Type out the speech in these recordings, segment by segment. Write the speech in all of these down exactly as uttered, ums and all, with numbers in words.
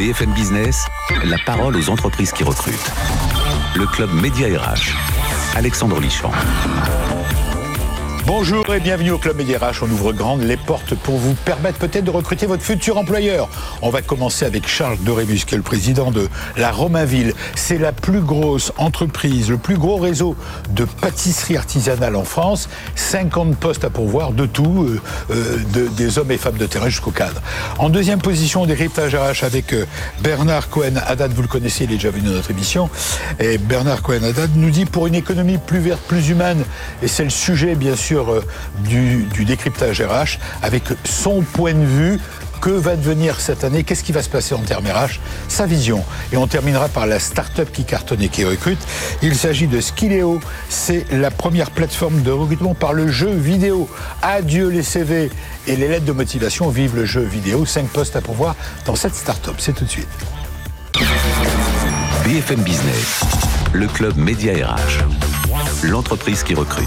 B F M Business, la parole aux entreprises qui recrutent. Le club Média R H. Alexandre Lichamp. Bonjour et bienvenue au Club Média R H. On ouvre grandes les portes pour vous permettre peut-être de recruter votre futur employeur. On va commencer avec Charles Dorébus, qui est le président de la Romainville. C'est la plus grosse entreprise, le plus gros réseau de pâtisserie artisanale en France. cinquante postes à pourvoir, de tout, euh, euh, de, des hommes et femmes de terrain jusqu'au cadre. En deuxième position, décryptage R H avec euh, Bernard Cohen-Haddad. Vous le connaissez, il est déjà venu dans notre émission. Et Bernard Cohen-Haddad nous dit, pour une économie plus verte, plus humaine, et c'est le sujet, bien sûr, Du, du décryptage R H, avec son point de vue. Que va devenir cette année? Qu'est-ce qui va se passer en termes R H? Sa vision. Et on terminera par la start-up qui cartonne et qui recrute. Il s'agit de Skilleo. C'est la première plateforme de recrutement par le jeu vidéo. Adieu les C V et les lettres de motivation. Vive le jeu vidéo. Cinq postes à pourvoir dans cette start-up. C'est tout de suite. B F M Business, le club Média R H. L'entreprise qui recrute.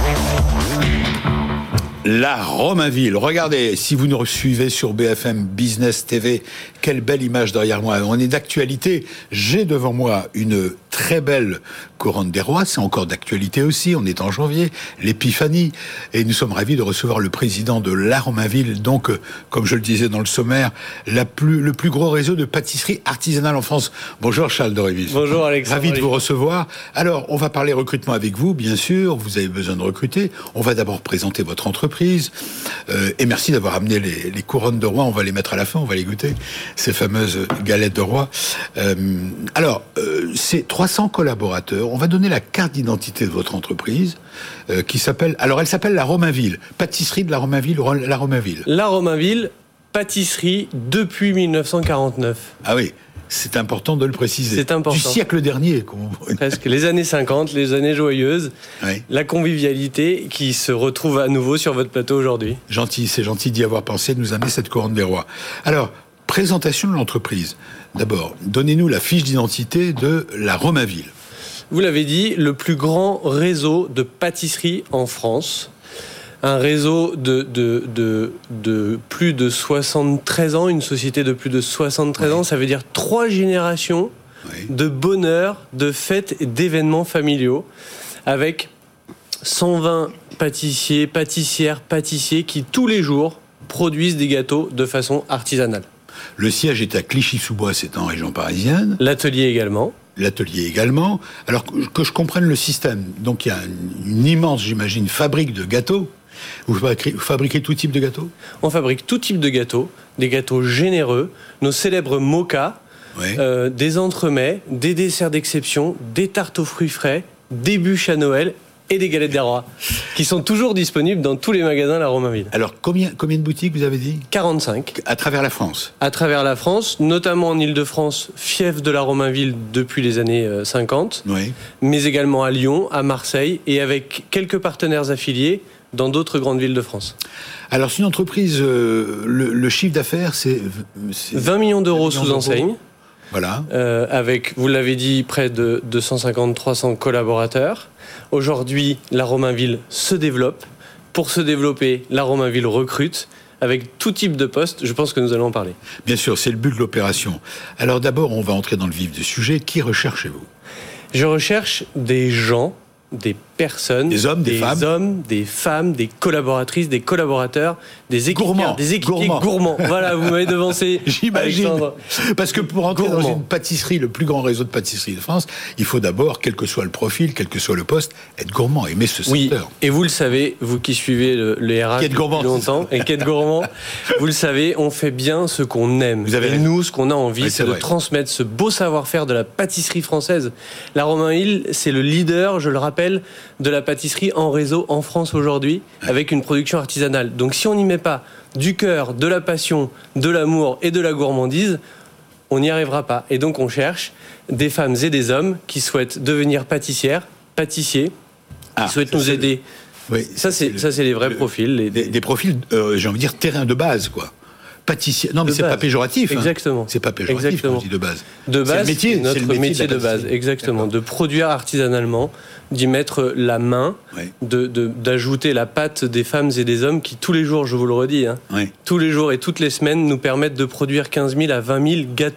La Romainville. Regardez, si vous nous suivez sur B F M Business T V, quelle belle image derrière moi. On est d'actualité. J'ai devant moi une très belle couronne des rois. C'est encore d'actualité aussi. On est en janvier, l'épiphanie. Et nous sommes ravis de recevoir le président de la Romainville. Donc, comme je le disais dans le sommaire, la plus, le plus gros réseau de pâtisserie artisanale en France. Bonjour Charles Dorébus. Bonjour Alexandre. Ravi de vous recevoir. Alors, on va parler recrutement avec vous, bien sûr. Vous avez besoin de recruter. On va d'abord présenter votre entreprise. Euh, et merci d'avoir amené les, les couronnes de roi. On va les mettre à la fin. On va les goûter. Ces fameuses galettes de roi. Euh, alors, euh, c'est trois cents collaborateurs. On va donner la carte d'identité de votre entreprise euh, qui s'appelle... Alors, elle s'appelle la Romainville. Pâtisserie de la Romainville, la Romainville. La Romainville, pâtisserie depuis dix-neuf cent quarante-neuf. Ah oui, c'est important de le préciser. C'est important. Du siècle dernier. Presque. Les années cinquante, les années joyeuses. Oui. La convivialité qui se retrouve à nouveau sur votre plateau aujourd'hui. Gentil, c'est gentil d'y avoir pensé, de nous amener cette couronne des rois. Alors, présentation de l'entreprise. D'abord, donnez-nous la fiche d'identité de la Romainville. Vous l'avez dit, le plus grand réseau de pâtisserie en France. Un réseau de, de, de, de plus de soixante-treize ans, une société de plus de soixante-treize oui. ans, ça veut dire trois générations oui. de bonheur, de fêtes et d'événements familiaux, avec cent vingt pâtissiers, pâtissières, pâtissiers qui tous les jours produisent des gâteaux de façon artisanale. Le siège est à Clichy-sous-Bois, c'est en région parisienne. L'atelier également. L'atelier également. Alors que je comprenne le système, donc il y a une immense, j'imagine, fabrique de gâteaux. Vous fabriquez tout type de gâteaux ? On fabrique tout type de gâteaux, des gâteaux généreux, nos célèbres mokas, ouais. euh, des entremets, des desserts d'exception, des tartes aux fruits frais, des bûches à Noël et des galettes des rois, qui sont toujours disponibles dans tous les magasins de la Romainville. Alors, combien, combien de boutiques vous avez dit ? quarante-cinq. À travers la France ? À travers la France, notamment en Île-de-France, fief de la Romainville depuis les années cinquante, oui. mais également à Lyon, à Marseille, et avec quelques partenaires affiliés dans d'autres grandes villes de France. Alors, c'est une entreprise, euh, le, le chiffre d'affaires, c'est... c'est vingt millions d'euros sous d'euros. Enseigne. Voilà. Euh, avec, vous l'avez dit, près de deux cent cinquante à trois cents collaborateurs. Aujourd'hui, la Romainville se développe. Pour se développer, la Romainville recrute avec tout type de postes. Je pense que nous allons en parler. Bien sûr, c'est le but de l'opération. Alors d'abord, on va entrer dans le vif du sujet. Qui recherchez-vous ? Je recherche des gens, des personnes, des hommes, des, des femmes, hommes, des femmes, des collaboratrices, des collaborateurs, des équipiers, gourmands, des équipiers gourmands. gourmands. Voilà, vous m'avez devancé. J'imagine. Alexandre. Parce que pour entrer gourmand. dans une pâtisserie, le plus grand réseau de pâtisserie de France, il faut d'abord, quel que soit le profil, quel que soit le poste, être gourmand, aimer ce oui. secteur. Et vous le savez, vous qui suivez le, le R H depuis gourmand, longtemps et qui êtes gourmand, vous le savez, on fait bien ce qu'on aime. Vous avez et raison. nous, ce qu'on a envie, oui, c'est, c'est de vrai. transmettre ce beau savoir-faire de la pâtisserie française. La Romainville, c'est le leader, je le rappelle, de la pâtisserie en réseau en France aujourd'hui, avec une production artisanale. Donc si on n'y met pas du cœur, de la passion, de l'amour et de la gourmandise, on n'y arrivera pas. Et donc on cherche des femmes et des hommes qui souhaitent devenir pâtissières, pâtissiers, ah, qui souhaitent nous aider. Le... Oui, ça, c'est, c'est ça, c'est les vrais le, profils. Les... Des, des profils, euh, j'ai envie de dire, terrain de base, quoi. Pâtissier. Non, mais de c'est base. pas péjoratif. Exactement. Hein. C'est pas péjoratif, exactement. quand on dit de base. De base, c'est, le métier, c'est notre c'est le métier, métier de, de base. Exactement. D'accord. De produire artisanalement, d'y mettre la main, oui. de, de, d'ajouter la patte des femmes et des hommes qui, tous les jours, je vous le redis, hein, oui. tous les jours et toutes les semaines, nous permettent de produire quinze mille à vingt mille gâteaux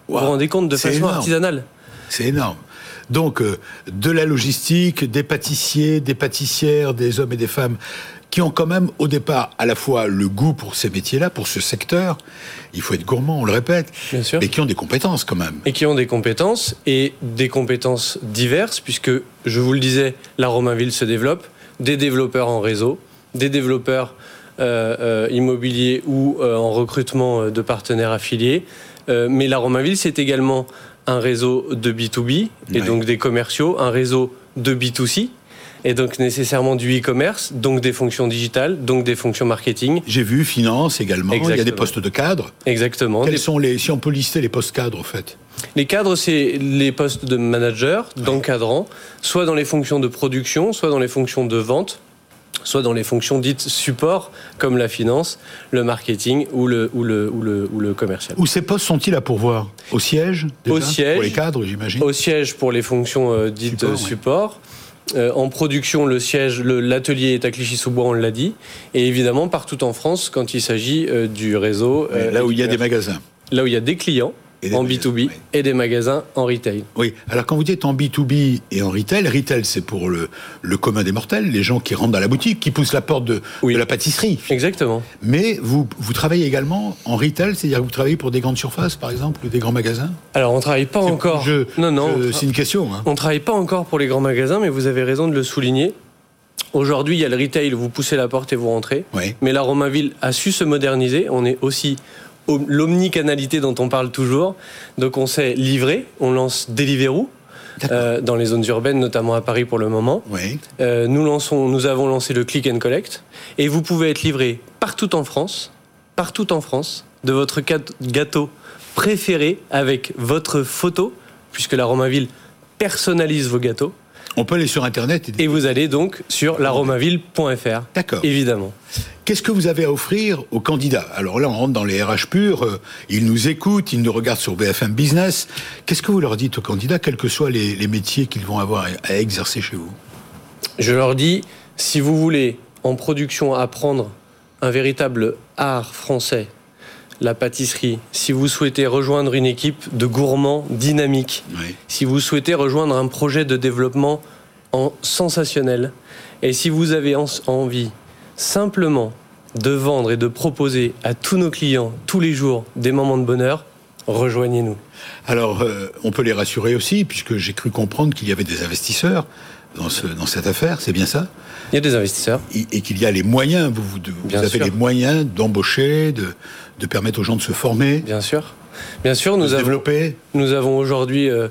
Wow. Vous vous rendez compte, de C'est façon énorme. artisanale. C'est énorme. Donc, euh, de la logistique, des pâtissiers, des pâtissières, des hommes et des femmes qui ont quand même, au départ, à la fois le goût pour ces métiers-là, pour ce secteur. Il faut être gourmand, on le répète. Bien sûr. Mais qui ont des compétences quand même. Et qui ont des compétences, et des compétences diverses, puisque, je vous le disais, la Romainville se développe. Des développeurs en réseau, des développeurs euh, euh, immobiliers ou euh, en recrutement de partenaires affiliés. Euh, mais la Romainville, c'est également un réseau de B deux B, et ouais. donc des commerciaux, un réseau de B deux C, et donc nécessairement du e-commerce, donc des fonctions digitales, donc des fonctions marketing. J'ai vu finance également. Exactement. Il y a des postes de cadres. Exactement. Quels des... sont les, si on peut lister les postes cadres, en fait? Les cadres, c'est les postes de manager, d'encadrant, soit dans les fonctions de production, soit dans les fonctions de vente, soit dans les fonctions dites support, comme la finance, le marketing ou le, ou le, ou le, ou le commercial. Où ces postes sont-ils à pourvoir? Au siège, déjà, Au siège. Pour les cadres, j'imagine. Au siège pour les fonctions euh, dites support. support. Euh, en production, le siège, le, l'atelier est à Clichy-sous-Bois, on l'a dit. Et évidemment, partout en France, quand il s'agit euh, du réseau. Ouais, euh, là où il y a des magasins. Là où il y a des clients. En B deux B, oui. Et des magasins en retail. Oui, alors quand vous dites en B deux B et en retail, retail c'est pour le, le commun des mortels, les gens qui rentrent dans la boutique, qui poussent la porte de, oui. de la pâtisserie. Exactement. Mais vous, vous travaillez également en retail, c'est-à-dire que vous travaillez pour des grandes surfaces par exemple, ou des grands magasins? Alors on ne travaille pas c'est, encore... Je, non, non, je, c'est une question. Hein. On ne travaille pas encore pour les grands magasins, mais vous avez raison de le souligner. Aujourd'hui, il y a le retail, vous poussez la porte et vous rentrez. Oui. Mais la Romainville a su se moderniser, on est aussi... l'omnicanalité dont on parle toujours. Donc on sait livrer, on lance Deliveroo euh, dans les zones urbaines, notamment à Paris pour le moment. Oui. Euh, nous, lançons, nous avons lancé le Click and Collect et vous pouvez être livré partout en France, partout en France, de votre gâteau préféré avec votre photo, puisque la Romainville personnalise vos gâteaux. On peut aller sur Internet. Et, et vous allez donc sur la romainville point f r. D'accord. Évidemment. Qu'est-ce que vous avez à offrir aux candidats? Alors là, on rentre dans les R H purs, euh, ils nous écoutent, ils nous regardent sur B F M Business. Qu'est-ce que vous leur dites aux candidats, quels que soient les, les métiers qu'ils vont avoir à exercer chez vous? Je leur dis, si vous voulez, en production, apprendre un véritable art français, la pâtisserie, si vous souhaitez rejoindre une équipe de gourmands dynamiques, oui. si vous souhaitez rejoindre un projet de développement en sensationnel, et si vous avez en- envie simplement de vendre et de proposer à tous nos clients, tous les jours, des moments de bonheur, rejoignez-nous. Alors, euh, on peut les rassurer aussi, puisque j'ai cru comprendre qu'il y avait des investisseurs dans, ce, dans cette affaire, c'est bien ça? Il y a des investisseurs. Et, et qu'il y a les moyens, vous, vous, vous avez sûr. les moyens d'embaucher, de, de permettre aux gens de se former. Bien sûr. Bien sûr, nous, avons, développer. nous avons aujourd'hui euh,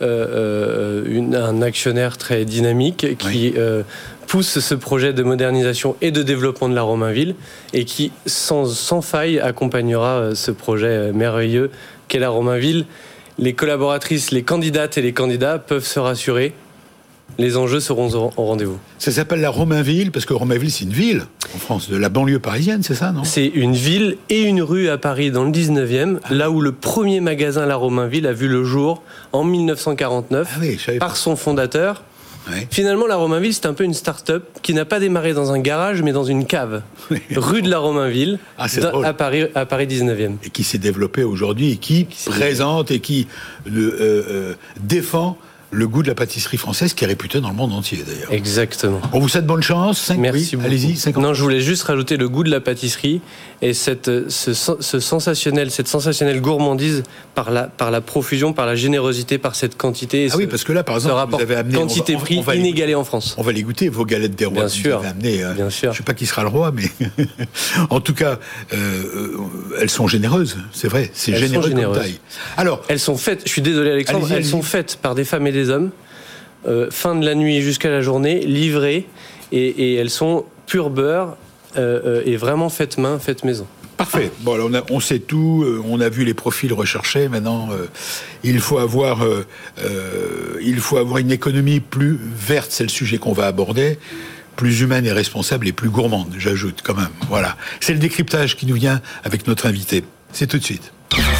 euh, une, un actionnaire très dynamique qui oui. euh, pousse ce projet de modernisation et de développement de la Romainville et qui, sans, sans faille, accompagnera ce projet merveilleux qu'est la Romainville. Les collaboratrices, les candidates et les candidats peuvent se rassurer. Les enjeux seront au rendez-vous. Ça s'appelle la Romainville, parce que Romainville, c'est une ville en France, de la banlieue parisienne, c'est ça, non? C'est une ville et une rue à Paris, dans le dix-neuvième, ah. là où le premier magasin La Romainville a vu le jour en dix-neuf cent quarante-neuf, ah oui, par pas. son fondateur. Ouais. Finalement, la Romainville, c'est un peu une start-up qui n'a pas démarré dans un garage, mais dans une cave, oui. rue de la Romainville, ah, dans, à Paris, à Paris dix-neuvième. Et qui s'est développée aujourd'hui, et qui, qui présente et qui le, euh, euh, défend le goût de la pâtisserie française, qui est réputé dans le monde entier, d'ailleurs. Exactement. On vous souhaite bonne chance. cinq, Merci oui, beaucoup. Allez-y, cinquante. Non, je voulais juste rajouter le goût de la pâtisserie et cette, ce, ce sensationnel, cette sensationnelle gourmandise par la, par la profusion, par la générosité, par cette quantité. Et ah ce, oui, parce que là, par exemple, vous avez amené... quantité-prix inégalée en France. On va les goûter, vos galettes des rois. Bien sûr. Vous avez amené, euh, Bien sûr. Je ne sais pas qui sera le roi, mais... en tout cas, euh, elles sont généreuses, c'est vrai. C'est elles généreux comme taille. Alors, elles sont faites, je suis désolé Alexandre, allez-y, allez-y. Elles sont faites par des femmes et des hommes. Euh, fin de la nuit jusqu'à la journée, livrées, et, et elles sont pur beurre euh, euh, et vraiment faites main, faites maison. Parfait. Bon, alors on, a, on sait tout, euh, on a vu les profils recherchés. Maintenant, euh, il faut avoir, euh, euh, il faut avoir une économie plus verte. C'est le sujet qu'on va aborder, plus humaine et responsable et plus gourmande. J'ajoute quand même. Voilà. C'est le décryptage qui nous vient avec notre invité. C'est tout de suite.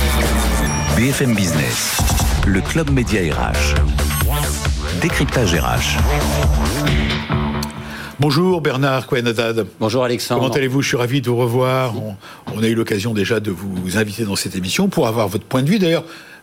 B F M Business, le Club Média R H. Décryptage R H. Bonjour Bernard Cohen-Haddad. Bonjour Alexandre. Comment allez-vous? Je suis ravi de vous revoir. On, on a eu l'occasion déjà de vous inviter dans cette émission pour avoir votre point de vue. D'ailleurs,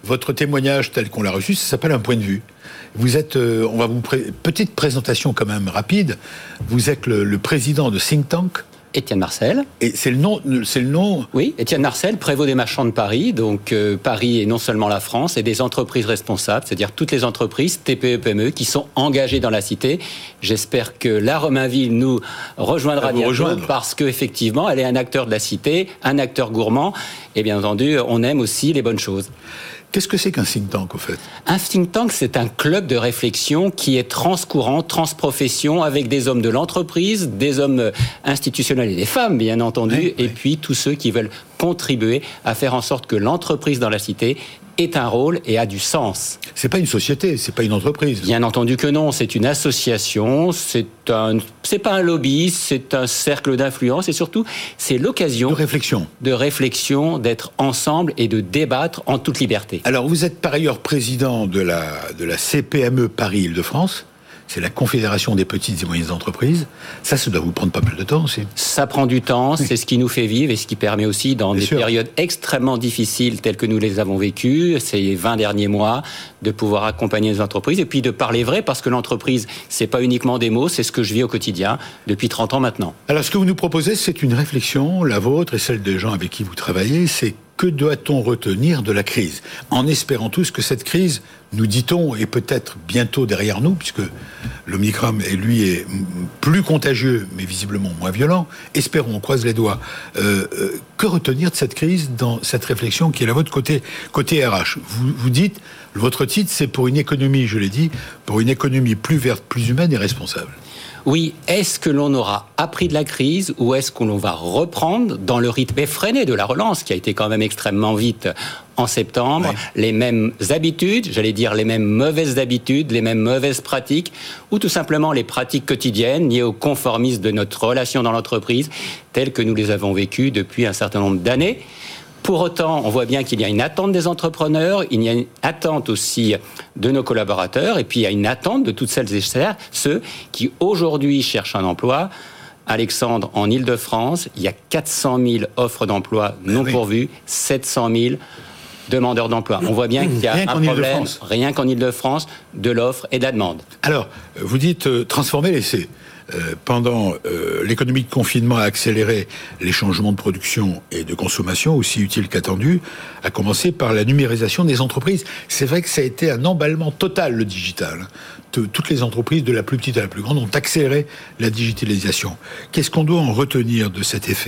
votre témoignage tel qu'on l'a reçu, ça s'appelle un point de vue. Vous êtes, euh, on va vous pré- petite présentation quand même rapide. Vous êtes le, le président de think tank. Étienne Marcel. Et c'est le nom, c'est le nom. Oui, Étienne Marcel, prévôt des marchands de Paris. Donc euh, Paris est non seulement la France, et des entreprises responsables, c'est-à-dire toutes les entreprises T P E P M E qui sont engagées dans la cité. J'espère que la Romainville nous rejoindra bientôt rejoindre. Parce qu'effectivement, elle est un acteur de la cité, un acteur gourmand, et bien entendu, on aime aussi les bonnes choses. Qu'est-ce que c'est qu'un think tank, au fait ? Un think tank, c'est un club de réflexion qui est transcourant, transprofession, avec des hommes de l'entreprise, des hommes institutionnels et des femmes, bien entendu, oui, et oui. puis tous ceux qui veulent contribuer à faire en sorte que l'entreprise dans la cité ait un rôle et a du sens. C'est pas une société, c'est pas une entreprise. Bien entendu que non, c'est une association, c'est un, c'est pas un lobby, c'est un cercle d'influence et surtout, c'est l'occasion de réflexion, de réflexion, d'être ensemble et de débattre en toute liberté. Alors, vous êtes par ailleurs président de la de la C P M E Paris-Île-de-France. C'est la Confédération des petites et moyennes entreprises. Ça, ça doit vous prendre pas mal de temps aussi. Ça prend du temps, c'est ce qui nous fait vivre et ce qui permet aussi, dans Bien des sûr. périodes extrêmement difficiles telles que nous les avons vécues, ces vingt derniers mois, de pouvoir accompagner les entreprises et puis de parler vrai, parce que l'entreprise, c'est pas uniquement des mots, c'est ce que je vis au quotidien depuis trente ans maintenant. Alors, ce que vous nous proposez, c'est une réflexion, la vôtre et celle des gens avec qui vous travaillez, c'est que doit-on retenir de la crise ? En espérant tous que cette crise, nous dit-on, est peut-être bientôt derrière nous, puisque l'Omicron, lui, est plus contagieux, mais visiblement moins violent. Espérons, on croise les doigts. Euh, euh, que retenir de cette crise dans cette réflexion qui est la vôtre côté, côté R H ? Vous, vous dites, votre titre, c'est pour une économie, je l'ai dit, pour une économie plus verte, plus humaine et responsable. Oui, est-ce que l'on aura appris de la crise ou est-ce qu'on va reprendre dans le rythme effréné de la relance qui a été quand même extrêmement vite en septembre, ouais. les mêmes habitudes, j'allais dire les mêmes mauvaises habitudes, les mêmes mauvaises pratiques ou tout simplement les pratiques quotidiennes liées au conformisme de notre relation dans l'entreprise telles que nous les avons vécues depuis un certain nombre d'années. Pour autant, on voit bien qu'il y a une attente des entrepreneurs, il y a une attente aussi de nos collaborateurs, et puis il y a une attente de toutes celles et ceux qui aujourd'hui cherchent un emploi. Alexandre, en Île-de-France, il y a quatre cent mille offres d'emploi non oui. pourvues, sept cent mille demandeurs d'emploi. On voit bien qu'il y a rien un problème, rien qu'en Île-de-France, de l'offre et de la demande. Alors, vous dites euh, transformer l'essai. Euh, pendant euh, l'économie de confinement a accéléré les changements de production et de consommation, aussi utiles qu'attendus, à commencer par la numérisation des entreprises. C'est vrai que ça a été un emballement total, le digital. Toutes les entreprises, de la plus petite à la plus grande, ont accéléré la digitalisation. Qu'est-ce qu'on doit en retenir de cet effet ?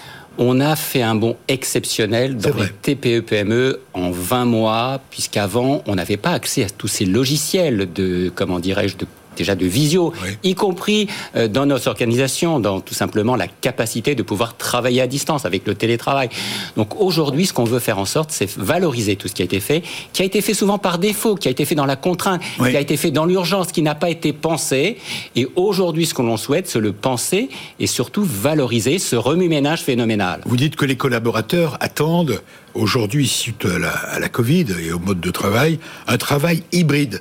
On a fait un bond exceptionnel dans les T P E P M E en vingt mois, puisqu'avant, on n'avait pas accès à tous ces logiciels de, comment dirais-je, de déjà de visio, oui. y compris euh, dans notre organisation, dans tout simplement la capacité de pouvoir travailler à distance avec le télétravail. Donc aujourd'hui, ce qu'on veut faire en sorte, c'est valoriser tout ce qui a été fait, qui a été fait souvent par défaut, qui a été fait dans la contrainte, oui. qui a été fait dans l'urgence, qui n'a pas été pensé. Et aujourd'hui, ce que l'on souhaite, c'est le penser et surtout valoriser ce remue-ménage phénoménal. Vous dites que les collaborateurs attendent aujourd'hui, suite à la, à la Covid et au mode de travail, un travail hybride,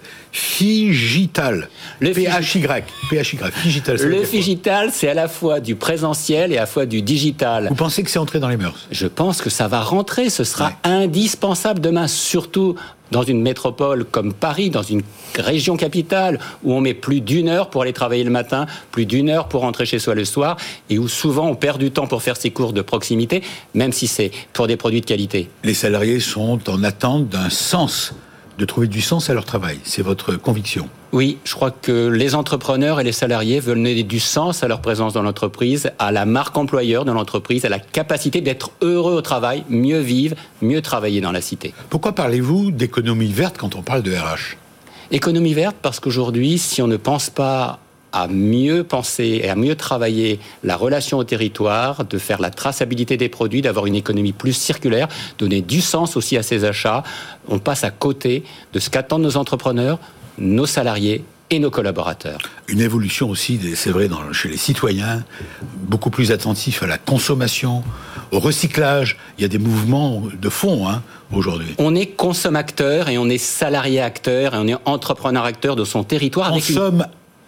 figital. Le P H Y. P H Y. Figital. Le figital, c'est à la fois du présentiel et à la fois du digital. Vous pensez que c'est entré dans les mœurs ? Je pense que ça va rentrer. Ce sera ouais. indispensable demain, surtout dans une métropole comme Paris, dans une région capitale, où on met plus d'une heure pour aller travailler le matin, plus d'une heure pour rentrer chez soi le soir, et où souvent on perd du temps pour faire ses courses de proximité, même si c'est pour des produits de qualité. Les salariés sont en attente d'un sens, de trouver du sens à leur travail. C'est votre conviction ? Oui, je crois que les entrepreneurs et les salariés veulent donner du sens à leur présence dans l'entreprise, à la marque employeur de l'entreprise, à la capacité d'être heureux au travail, mieux vivre, mieux travailler dans la cité. Pourquoi parlez-vous d'économie verte quand on parle de R H ? Économie verte parce qu'aujourd'hui, si on ne pense pas à mieux penser et à mieux travailler la relation au territoire, de faire la traçabilité des produits, d'avoir une économie plus circulaire, donner du sens aussi à ses achats, on passe à côté de ce qu'attendent nos entrepreneurs, nos salariés et nos collaborateurs. Une évolution aussi, c'est vrai, dans, chez les citoyens, beaucoup plus attentifs à la consommation, au recyclage. Il y a des mouvements de fond hein, aujourd'hui. On est consommateur et on est salarié acteur et on est entrepreneur acteur de son territoire. Consomme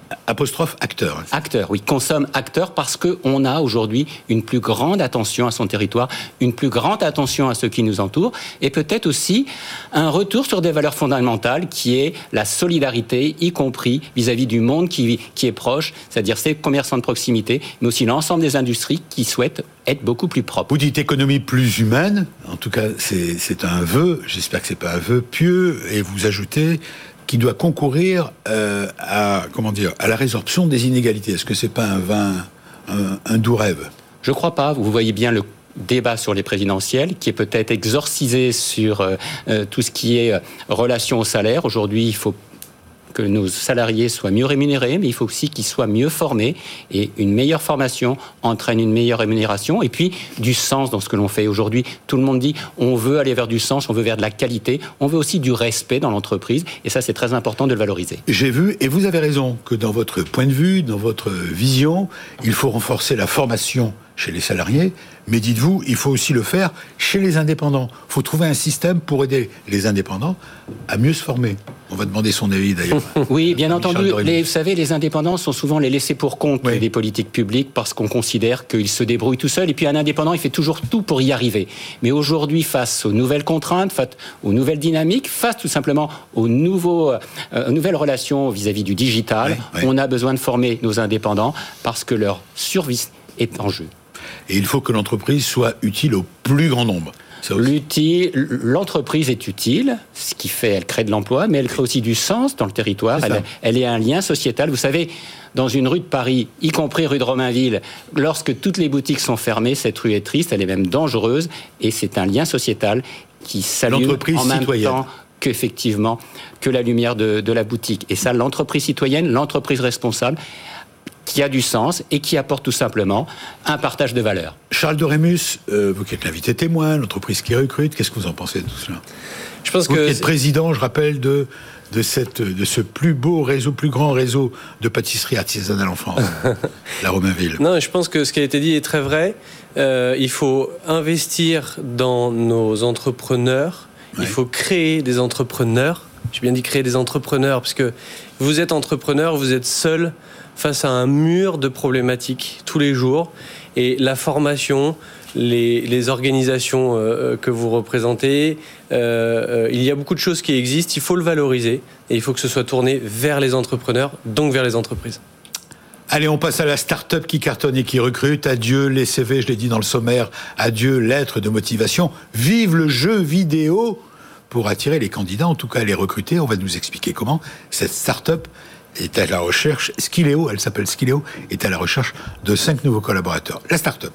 apostrophe acteur. Acteur, oui, consomme acteur parce qu'on a aujourd'hui une plus grande attention à son territoire, une plus grande attention à ceux qui nous entourent et peut-être aussi un retour sur des valeurs fondamentales qui est la solidarité, y compris vis-à-vis du monde qui, qui est proche, c'est-à-dire ces commerçants de proximité, mais aussi l'ensemble des industries qui souhaitent être beaucoup plus propres. Vous dites économie plus humaine, en tout cas c'est, c'est un vœu, j'espère que c'est pas un vœu pieux, et vous ajoutez qui doit concourir euh, à comment dire à la résorption des inégalités. Est-ce que c'est pas un vain, un, un doux rêve ? Je crois pas. Vous voyez bien le débat sur les présidentielles qui est peut-être exorcisé sur euh, euh, tout ce qui est euh, relation au salaire. Aujourd'hui, il faut que nos salariés soient mieux rémunérés, mais il faut aussi qu'ils soient mieux formés. Et une meilleure formation entraîne une meilleure rémunération. Et puis, du sens dans ce que l'on fait. Aujourd'hui, tout le monde dit on veut aller vers du sens, on veut vers de la qualité, on veut aussi du respect dans l'entreprise. Et ça, c'est très important de le valoriser. J'ai vu, et vous avez raison, que dans votre point de vue, dans votre vision, il faut renforcer la formation chez les salariés, mais dites-vous, il faut aussi le faire chez les indépendants. Il faut trouver un système pour aider les indépendants à mieux se former. On va demander son avis d'ailleurs. Oui, bien entendu. Les, vous savez, les indépendants sont souvent les laissés pour compte oui. des politiques publiques parce qu'on considère qu'ils se débrouillent tout seuls. Et puis un indépendant, il fait toujours tout pour y arriver. Mais aujourd'hui, face aux nouvelles contraintes, face aux nouvelles dynamiques, face tout simplement aux, nouveaux, euh, aux nouvelles relations vis-à-vis du digital, oui, oui. on a besoin de former nos indépendants parce que leur survie est en jeu. Et il faut que l'entreprise soit utile au plus grand nombre. L'utile, l'entreprise est utile, ce qui fait, elle crée de l'emploi, mais elle crée aussi du sens dans le territoire. Elle, elle est un lien sociétal. Vous savez, dans une rue de Paris, y compris rue de Romainville, lorsque toutes les boutiques sont fermées, cette rue est triste, elle est même dangereuse, et c'est un lien sociétal qui s'allume en même citoyenne. temps qu'effectivement que la lumière de, de la boutique. Et ça, l'entreprise citoyenne, l'entreprise responsable, qui a du sens et qui apporte tout simplement un partage de valeurs. Charles Dorémus, euh, vous qui êtes l'invité témoin, l'entreprise qui recrute, qu'est-ce que vous en pensez de tout cela ? Je pense vous que qui êtes président, je rappelle, de, de, cette, de ce plus beau réseau, plus grand réseau de pâtisseries artisanales en France, la Romainville. Non, je pense que ce qui a été dit est très vrai. Euh, il faut investir dans nos entrepreneurs. Ouais. Il faut créer des entrepreneurs. J'ai bien dit créer des entrepreneurs, parce que vous êtes entrepreneur, vous êtes seul face à un mur de problématiques tous les jours. Et la formation, les, les organisations euh, que vous représentez, euh, euh, il y a beaucoup de choses qui existent, il faut le valoriser et il faut que ce soit tourné vers les entrepreneurs, donc vers les entreprises. Allez, on passe à la start-up qui cartonne et qui recrute. Adieu les C V, je l'ai dit dans le sommaire, adieu lettres de motivation. Vive le jeu vidéo pour attirer les candidats, en tout cas les recruter. On va nous expliquer comment cette start-up est à la recherche, Skileo, elle s'appelle Skileo, est à la recherche de cinq nouveaux collaborateurs. La start-up.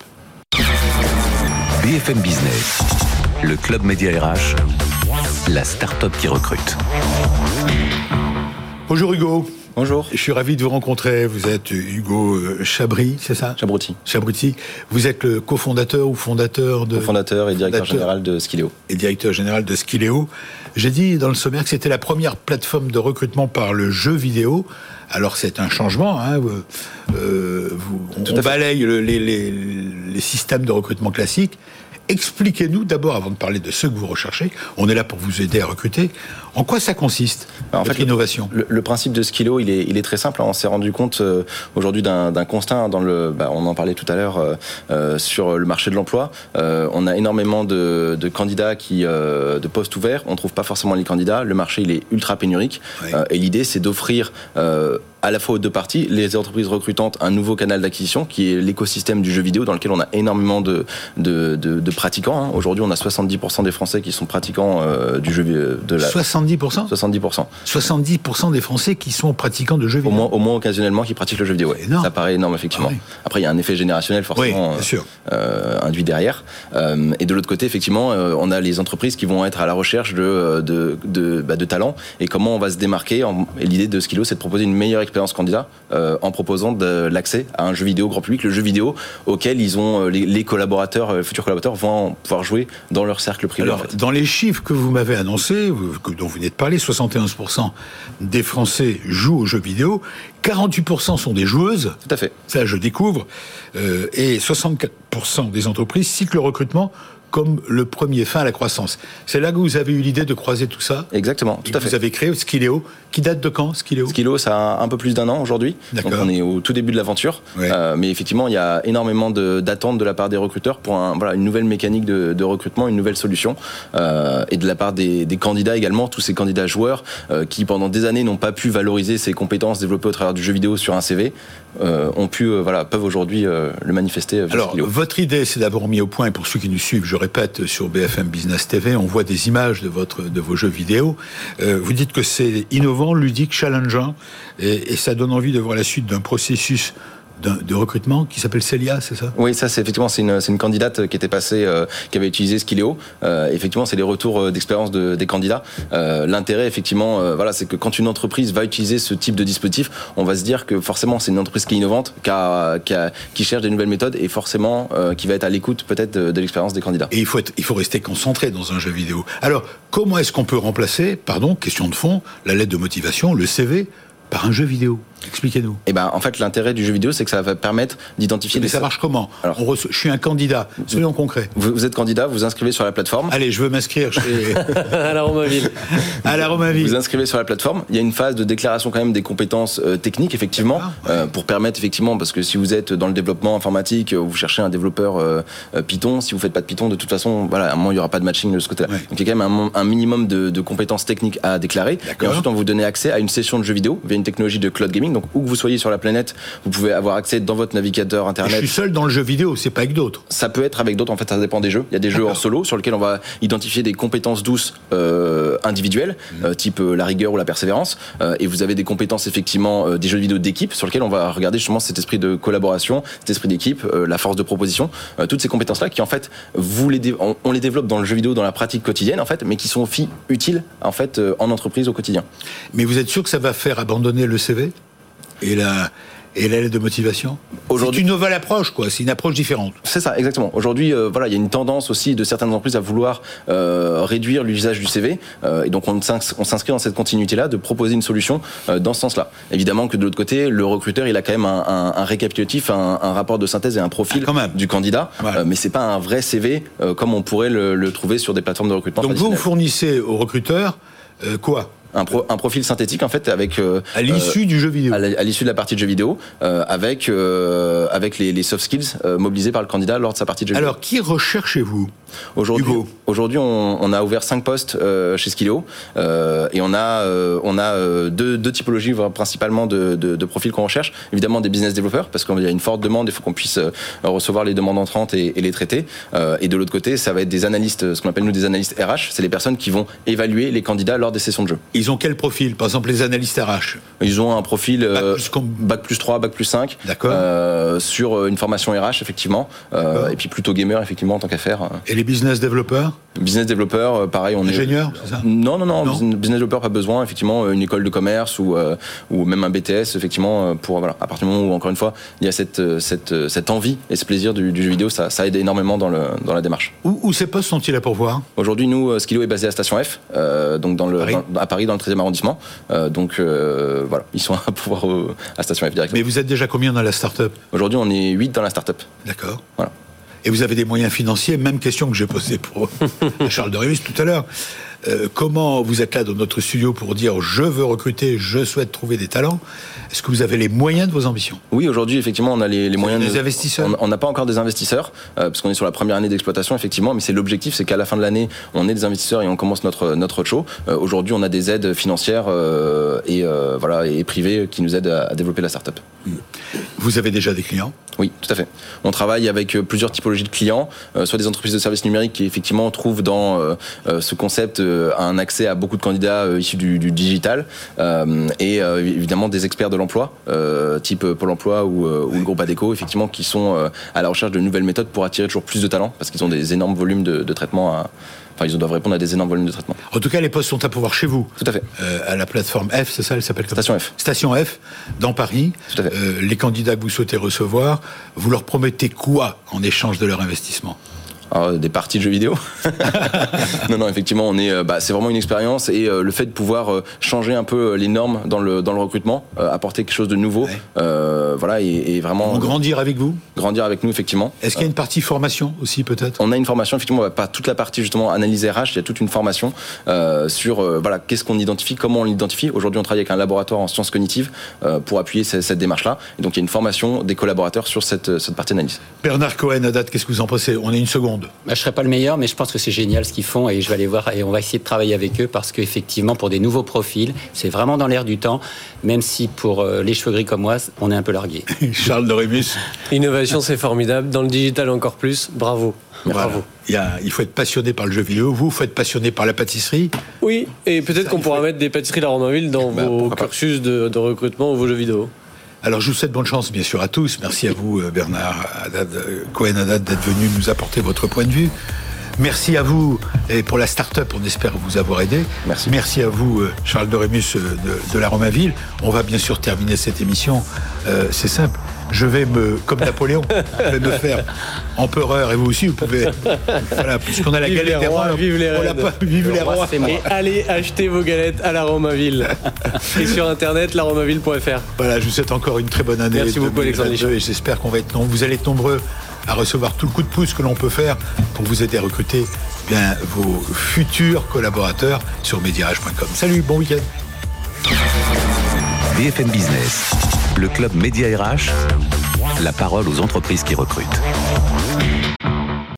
B F M Business, le club média R H, la start-up qui recrute. Bonjour Hugo. Bonjour. Je suis ravi de vous rencontrer. Vous êtes Hugo Chabry, c'est ça ? Chabrouti. Chabrouti. Vous êtes le cofondateur ou fondateur de... Cofondateur et directeur fondateur général de Skileo. Et directeur général de Skileo. J'ai dit dans le sommaire que c'était la première plateforme de recrutement par le jeu vidéo. Alors c'est un changement. Hein. Euh, vous, on on balaye le, les, les, les systèmes de recrutement classiques. Expliquez-nous d'abord, avant de parler de ceux que vous recherchez, on est là pour vous aider à recruter, en quoi ça consiste, en votre fait, innovation ? le, le principe de Skileo, il est, il est très simple. On s'est rendu compte euh, aujourd'hui d'un, d'un constat, dans le, bah, on en parlait tout à l'heure, euh, euh, sur le marché de l'emploi. Euh, on a énormément de, de candidats, qui, euh, de postes ouverts, on ne trouve pas forcément les candidats, le marché il est ultra pénurique, oui. euh, et l'idée c'est d'offrir... Euh, à la fois aux deux parties, les entreprises recrutantes, un nouveau canal d'acquisition qui est l'écosystème du jeu vidéo dans lequel on a énormément de, de, de, de pratiquants. Aujourd'hui, on a soixante-dix pour cent des Français qui sont pratiquants euh, du jeu de la... soixante-dix pour cent soixante-dix pour cent soixante-dix pour cent des Français qui sont pratiquants de jeux vidéo. Au moins, au moins occasionnellement qui pratiquent le jeu vidéo. Ouais. Ça paraît énorme, effectivement. Ah oui. Après, il y a un effet générationnel forcément oui, euh, induit derrière. Euh, et de l'autre côté, effectivement, euh, on a les entreprises qui vont être à la recherche de, de, de, bah, de talents et comment on va se démarquer. En... Et l'idée de Skileo, c'est de proposer une meilleure expérience candidat Euh, en proposant de l'accès à un jeu vidéo grand public, le jeu vidéo auquel ils ont, les, les collaborateurs, les futurs collaborateurs vont pouvoir jouer dans leur cercle privé. Alors, en fait. Dans les chiffres que vous m'avez annoncés, dont vous venez de parler, soixante et onze pour cent des Français jouent aux jeux vidéo, quarante-huit pour cent sont des joueuses. Tout à fait. Ça, je découvre. Euh, et soixante-quatre pour cent des entreprises citent le recrutement comme le premier fin à la croissance. C'est là que vous avez eu l'idée de croiser tout ça. Exactement, tout à fait. Vous avez créé Skileo, qui date de quand, Skileo ? Skileo, ça a un peu plus d'un an aujourd'hui. D'accord. Donc on est au tout début de l'aventure. Ouais. Euh, mais effectivement, il y a énormément de, d'attentes de la part des recruteurs pour un, voilà, une nouvelle mécanique de, de recrutement, une nouvelle solution. Euh, et de la part des, des candidats également, tous ces candidats joueurs euh, qui pendant des années n'ont pas pu valoriser ces compétences développées au travers du jeu vidéo sur un C V, euh, ont pu, euh, voilà, peuvent aujourd'hui euh, le manifester. Euh, Alors, Skileo. votre idée, c'est d'avoir mis au point, et pour ceux qui nous suivent, je répète, sur B F M Business T V, on voit des images de, votre, de vos jeux vidéo. Euh, vous dites que c'est innovant, ludique, challengeant, et, et ça donne envie de voir la suite d'un processus d'un, de recrutement qui s'appelle Célia, c'est ça ? Oui, ça c'est effectivement c'est une, c'est une candidate qui était passée, euh, qui avait utilisé Skileo. Euh, effectivement, c'est les retours d'expérience de, des candidats. Euh, l'intérêt, effectivement, euh, voilà, c'est que quand une entreprise va utiliser ce type de dispositif, on va se dire que forcément c'est une entreprise qui est innovante, qui, a, qui, a, qui cherche des nouvelles méthodes et forcément euh, qui va être à l'écoute peut-être de, de l'expérience des candidats. Et il faut, être, il faut rester concentré dans un jeu vidéo. Alors, comment est-ce qu'on peut remplacer, pardon, question de fond, la lettre de motivation, le C V, par un jeu vidéo ? Expliquez-nous. Et ben, en fait, l'intérêt du jeu vidéo, c'est que ça va permettre d'identifier. Mais des... ça marche comment ? Alors, On reçoit, je suis un candidat. Soyons concrets. Vous, vous êtes candidat, vous vous inscrivez sur la plateforme. Allez, je veux m'inscrire chez à la Romainville. à la Romainville. Vous vous inscrivez sur la plateforme. Il y a une phase de déclaration quand même des compétences euh, techniques, effectivement, ah, ouais. euh, pour permettre effectivement, parce que si vous êtes dans le développement informatique, vous cherchez un développeur euh, Python. Si vous faites pas de Python, de toute façon, voilà, à un moment il y aura pas de matching de ce côté-là. Ouais. Donc il y a quand même un, un minimum de, de compétences techniques à déclarer. D'accord. Et ensuite, on vous donne accès à une session de jeux vidéo via une technologie de cloud gaming. Donc où que vous soyez sur la planète, vous pouvez avoir accès dans votre navigateur internet. Et je suis seul dans le jeu vidéo, c'est pas avec d'autres. Ça peut être avec d'autres, en fait, ça dépend des jeux. Il y a des D'accord. jeux en solo sur lesquels on va identifier des compétences douces euh, individuelles, mmh. euh, type euh, la rigueur ou la persévérance. Euh, et vous avez des compétences, effectivement, euh, des jeux vidéo d'équipe sur lesquels on va regarder justement cet esprit de collaboration, cet esprit d'équipe, euh, la force de proposition, euh, toutes ces compétences-là qui, en fait, vous les dé- on, on les développe dans le jeu vidéo, dans la pratique quotidienne, en fait, mais qui sont aussi utiles, en fait, euh, en entreprise au quotidien. Mais vous êtes sûr que ça va faire abandonner le C V et la... Et la lettre de motivation ? Aujourd'hui, c'est une nouvelle approche, quoi. C'est une approche différente. C'est ça, exactement. Aujourd'hui, euh, voilà, il y a une tendance aussi de certaines entreprises à vouloir euh, réduire l'usage du C V. Euh, et donc, on, on s'inscrit dans cette continuité-là de proposer une solution euh, dans ce sens-là. Évidemment que de l'autre côté, le recruteur, il a quand même un, un, un récapitulatif, un, un rapport de synthèse et un profil ah, du candidat. Ouais. Euh, mais c'est pas un vrai C V euh, comme on pourrait le, le trouver sur des plateformes de recrutement. Donc, vous, vous fournissez au recruteur euh, quoi ? Un, pro, un profil synthétique en fait avec euh, à l'issue euh, du jeu vidéo, à, la, à l'issue de la partie de jeu vidéo, euh, avec euh, avec les, les soft skills euh, mobilisés par le candidat lors de sa partie de jeu Alors, vidéo. Alors, qui recherchez-vous ? Aujourd'hui, aujourd'hui, on, on a ouvert cinq postes euh, chez Skileo euh, et on a euh, on a euh, deux, deux typologies principalement de, de, de profils qu'on recherche. Évidemment, des business développeurs parce qu'il y a une forte demande, il faut qu'on puisse euh, recevoir les demandes entrantes et, et les traiter. Euh, et de l'autre côté, ça va être des analystes, ce qu'on appelle nous des analystes R H. C'est les personnes qui vont évaluer les candidats lors des sessions de jeu. Ils ont quel profil ? Par exemple, les analystes R H. Ils ont un profil euh, bac, plus com... bac plus trois, bac plus cinq. D'accord. Euh, sur une formation R H, effectivement. Euh, et puis plutôt gamer, effectivement, en tant qu'affaire. Et les business développeurs ? Business développeur, pareil, on ingénieur, est... c'est ça ? Non, non, non, non. Business développeur, pas besoin. Effectivement, une école de commerce ou, euh, ou même un B T S, effectivement, pour, voilà, à partir du moment où, encore une fois, il y a cette, cette, cette envie et ce plaisir du, du jeu vidéo, ça, ça aide énormément dans, le, dans la démarche. Où, où ces postes sont-ils à pourvoir ? Aujourd'hui, nous, Skileo est basé à Station F, euh, donc dans le, Paris. Dans, à Paris, dans le treizième arrondissement. Euh, donc, euh, voilà, ils sont à pouvoir euh, à Station F directement. Mais vous êtes déjà combien dans la start-up ? Aujourd'hui, on est huit dans la start-up. D'accord. Voilà. Et vous avez des moyens financiers, même question que j'ai posée pour Charles de Rémus tout à l'heure. Euh, comment vous êtes là dans notre studio pour dire je veux recruter, je souhaite trouver des talents? Est-ce que vous avez les moyens de vos ambitions? Oui, aujourd'hui, effectivement, on a les, les moyens. Des de, investisseurs? On n'a pas encore des investisseurs, euh, parce qu'on est sur la première année d'exploitation, effectivement, mais c'est l'objectif, c'est qu'à la fin de l'année, on ait des investisseurs et on commence notre, notre show. Euh, aujourd'hui, on a des aides financières euh, et, euh, voilà, et privées qui nous aident à, à développer la start-up. Vous avez déjà des clients? Oui, tout à fait. On travaille avec plusieurs typologies de clients, euh, soit des entreprises de services numériques qui effectivement trouvent dans euh, ce concept euh, un accès à beaucoup de candidats euh, issus du, du digital, euh, et euh, évidemment des experts de l'emploi, euh, type Pôle Emploi ou, euh, ou le groupe Adecco, effectivement, qui sont euh, à la recherche de nouvelles méthodes pour attirer toujours plus de talents, parce qu'ils ont des énormes volumes de, de traitement à... Enfin, ils doivent répondre à des énormes volumes de traitement. En tout cas, les postes sont à pouvoir chez vous. Tout à fait. Euh, à la plateforme F, c'est ça, elle s'appelle comme Station ça. F. Station F, dans Paris. Tout à fait. Euh, les candidats que vous souhaitez recevoir, vous leur promettez quoi en échange de leur investissement? Alors, des parties de jeux vidéo. non, non, effectivement, on est, bah, c'est vraiment une expérience et euh, le fait de pouvoir euh, changer un peu les normes dans le dans le recrutement, euh, apporter quelque chose de nouveau, ouais. euh, voilà, et, et vraiment. On grandir avec vous. Grandir avec nous, effectivement. Est-ce qu'il y a une partie formation aussi, peut-être? On a une formation, effectivement, pas toute la partie justement analyse R H. Il y a toute une formation euh, sur euh, voilà qu'est-ce qu'on identifie, comment on l'identifie. Aujourd'hui, on travaille avec un laboratoire en sciences cognitives euh, pour appuyer cette, cette démarche-là. Et donc, il y a une formation des collaborateurs sur cette cette partie analyse. Bernard Cohen-Haddad, qu'est-ce que vous en pensez? On a une seconde. Bah, je serai pas le meilleur, mais je pense que c'est génial ce qu'ils font et je vais aller voir et on va essayer de travailler avec eux parce qu'effectivement, pour des nouveaux profils, c'est vraiment dans l'air du temps, même si pour euh, les cheveux gris comme moi, on est un peu largué. Charles de Rémus. L'innovation, c'est formidable. Dans le digital, encore plus. Bravo. Voilà. Bravo. Il, y a, il faut être passionné par le jeu vidéo. Vous, vous êtes passionné par la pâtisserie. Oui, et peut-être Ça, qu'on pourra faut... mettre des pâtisseries La Romainville dans bah, vos cursus de, de recrutement ou vos jeux vidéo. Alors, je vous souhaite bonne chance, bien sûr, à tous. Merci à vous, Bernard Haddad, Cohen-Haddad, d'être venu nous apporter votre point de vue. Merci à vous et pour la start-up, on espère vous avoir aidé. Merci. Merci à vous, Charles de Rémus de, de la Romainville. On va bien sûr terminer cette émission. Euh, c'est simple. Je vais me, comme Napoléon, je vais me faire empereur et vous aussi, vous pouvez. Voilà, puisqu'on a la vive galette des rois, rois, vive les reines. Pas, vive les rois. Et allez acheter vos galettes à la Romainville. Et sur internet, la romainville point f r. Voilà, je vous souhaite encore une très bonne année. Merci beaucoup, Alexandre Lichon. Et j'espère qu'on va être nombreux. Vous allez être nombreux à recevoir tout le coup de pouce que l'on peut faire pour vous aider à recruter bien vos futurs collaborateurs sur mediarage point com. Salut, bon week-end. B F M Business, le club Média R H, la parole aux entreprises qui recrutent.